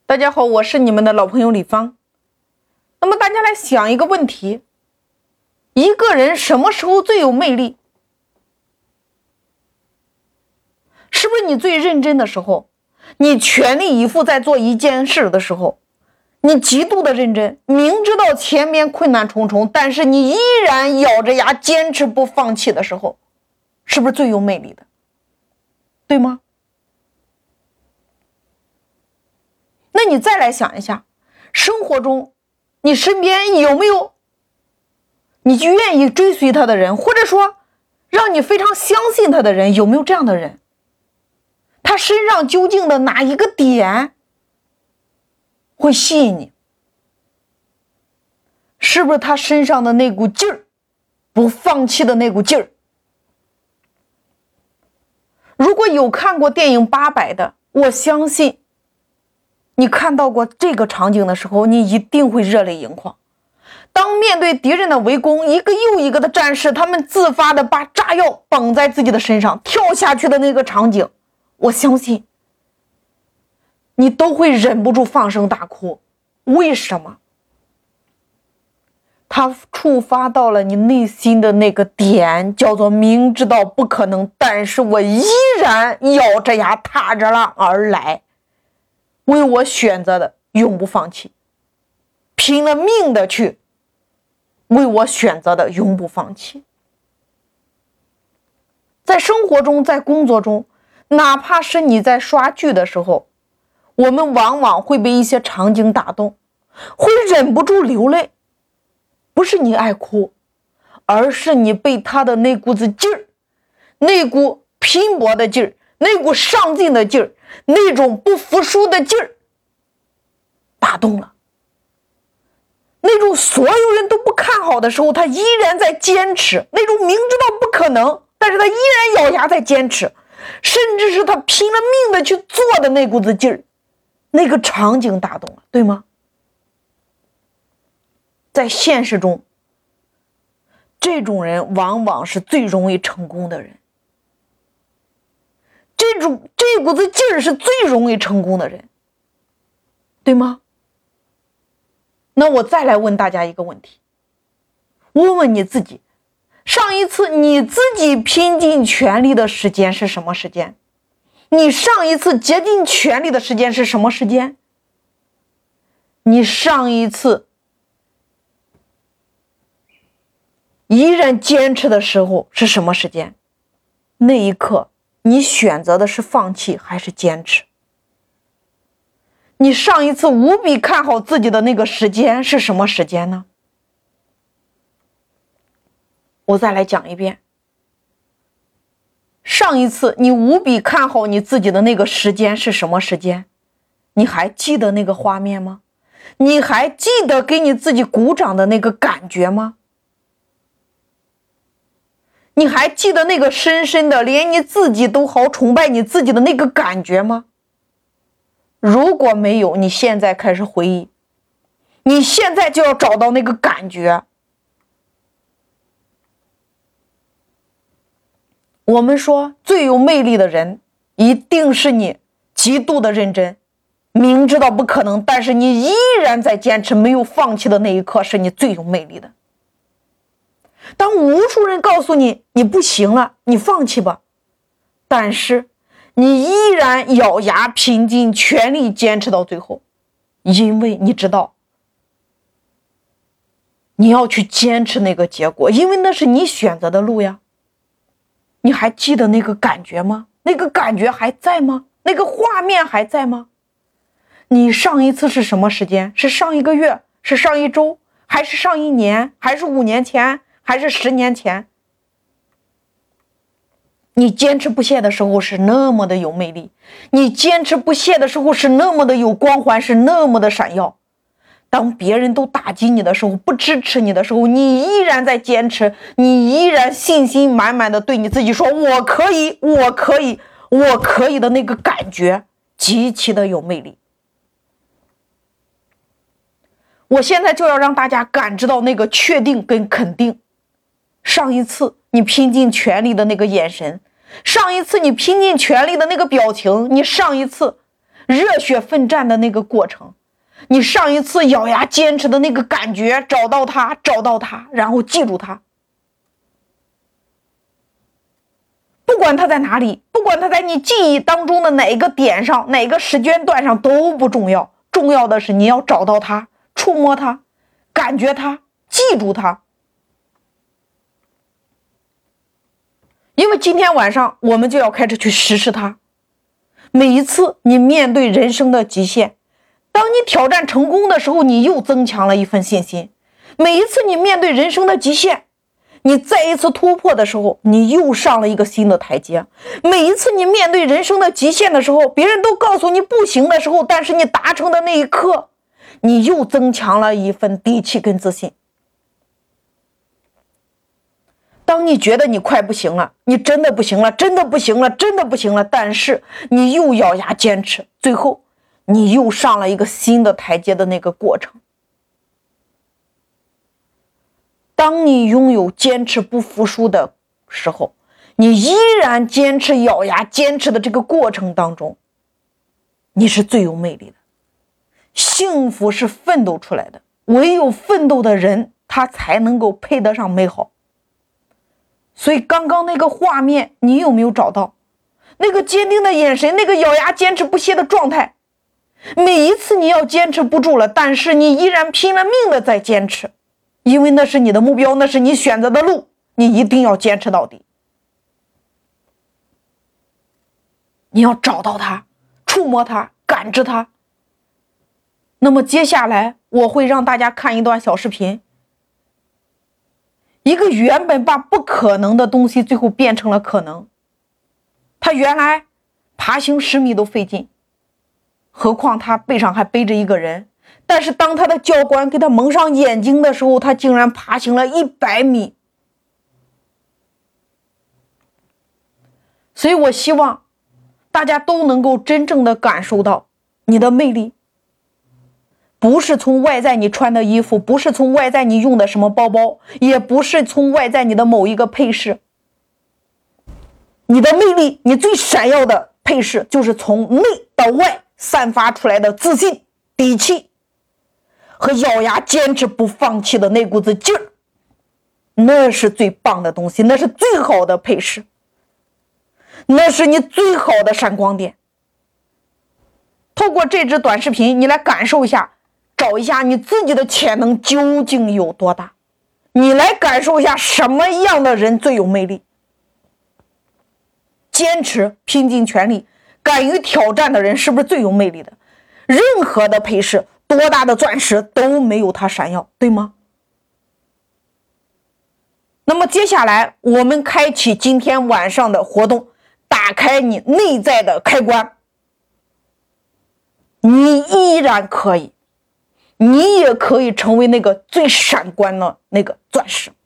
大家好，我是你们的老朋友李芳。那么大家来想一个问题，一个人什么时候最有魅力？是不是你最认真的时候，你全力以赴在做一件事的时候，你极度的认真，明知道前面困难重重，但是你依然咬着牙坚持不放弃的时候，是不是最有魅力的？对吗？那你再来想一下，生活中你身边有没有你就愿意追随他的人，或者说让你非常相信他的人，有没有这样的人？他身上究竟的哪一个点会吸引你？是不是他身上的那股劲儿，不放弃的那股劲儿？如果有看过电影《800》的，我相信你看到过这个场景的时候，你一定会热泪盈眶。当面对敌人的围攻，一个又一个的战士，他们自发的把炸药绑在自己的身上，跳下去的那个场景，我相信你都会忍不住放声大哭。为什么？它触发到了你内心的那个点，叫做明知道不可能，但是我依然咬着牙踏着浪而来，为我选择的永不放弃，拼了命的去为我选择的永不放弃。在生活中，在工作中，哪怕是你在刷剧的时候，我们往往会被一些场景打动，会忍不住流泪。不是你爱哭，而是你被他的那股子劲儿，那股拼搏的劲儿，那股上进的劲儿，那种不服输的劲儿打动了。那种所有人都不看好的时候，他依然在坚持，那种明知道不可能，但是他依然咬牙在坚持，甚至是他拼了命的去做的那股子劲儿，那个场景打动了，对吗？在现实中，这种人往往是最容易成功的人，这股子劲儿是最容易成功的人，对吗？那我再来问大家一个问题，问问你自己，上一次你自己拼尽全力的时间是什么时间？你上一次竭尽全力的时间是什么时间？你上一次依然坚持的时候是什么时间？那一刻你选择的是放弃还是坚持？你上一次无比看好自己的那个时间是什么时间呢？我再来讲一遍，上一次你无比看好你自己的那个时间是什么时间？你还记得那个画面吗？你还记得给你自己鼓掌的那个感觉吗？你还记得那个深深的连你自己都好崇拜你自己的那个感觉吗？如果没有，你现在开始回忆，你现在就要找到那个感觉。我们说最有魅力的人一定是你极度的认真，明知道不可能，但是你依然在坚持，没有放弃的那一刻是你最有魅力的。当无数人告诉你你不行了，你放弃吧，但是你依然咬牙拼尽全力坚持到最后，因为你知道你要去坚持那个结果，因为那是你选择的路呀。你还记得那个感觉吗？那个感觉还在吗？那个画面还在吗？你上一次是什么时间？是上一个月？是上一周？还是上一年？还是5年前？还是10年前？你坚持不懈的时候是那么的有魅力，你坚持不懈的时候是那么的有光环，是那么的闪耀。当别人都打击你的时候，不支持你的时候，你依然在坚持，你依然信心满满的对你自己说我可以，我可以，我可以的那个感觉极其的有魅力。我现在就要让大家感知到那个确定跟肯定。上一次你拼尽全力的那个眼神，上一次你拼尽全力的那个表情，你上一次热血奋战的那个过程，你上一次咬牙坚持的那个感觉，找到它，然后记住它。不管它在哪里，不管它在你记忆当中的哪个点上，哪个时间段上都不重要，重要的是你要找到它，触摸它，感觉它，记住它。因为今天晚上我们就要开始去实施它。每一次你面对人生的极限，当你挑战成功的时候，你又增强了一份信心。每一次你面对人生的极限，你再一次突破的时候，你又上了一个新的台阶。每一次你面对人生的极限的时候，别人都告诉你不行的时候，但是你达成的那一刻，你又增强了一份底气跟自信。当你觉得你快不行了，你真的不行了，但是你又咬牙坚持，最后你又上了一个新的台阶的那个过程。当你拥有坚持不服输的时候，你依然坚持咬牙坚持的这个过程当中，你是最有魅力的。幸福是奋斗出来的，唯有奋斗的人，他才能够配得上美好。所以刚刚那个画面你有没有找到？那个坚定的眼神，那个咬牙坚持不懈的状态。每一次你要坚持不住了，但是你依然拼了命的在坚持，因为那是你的目标，那是你选择的路，你一定要坚持到底。你要找到它，触摸它，感知它。那么接下来我会让大家看一段小视频，一个原本把不可能的东西最后变成了可能。他原来爬行10米都费劲，何况他背上还背着一个人，但是当他的教官给他蒙上眼睛的时候，他竟然爬行了100米。所以我希望大家都能够真正的感受到你的魅力，不是从外在你穿的衣服，不是从外在你用的什么包包，也不是从外在你的某一个配饰。你的魅力，你最闪耀的配饰，就是从内到外散发出来的自信、底气和咬牙坚持不放弃的那股子劲儿。那是最棒的东西，那是最好的配饰，那是你最好的闪光点。透过这支短视频，你来感受一下，找一下你自己的潜能究竟有多大，你来感受一下什么样的人最有魅力。坚持拼尽全力敢于挑战的人是不是最有魅力的？任何的配饰，多大的钻石都没有它闪耀，对吗？那么接下来我们开启今天晚上的活动，打开你内在的开关。你依然可以，你也可以成为那个最闪光的那个钻石。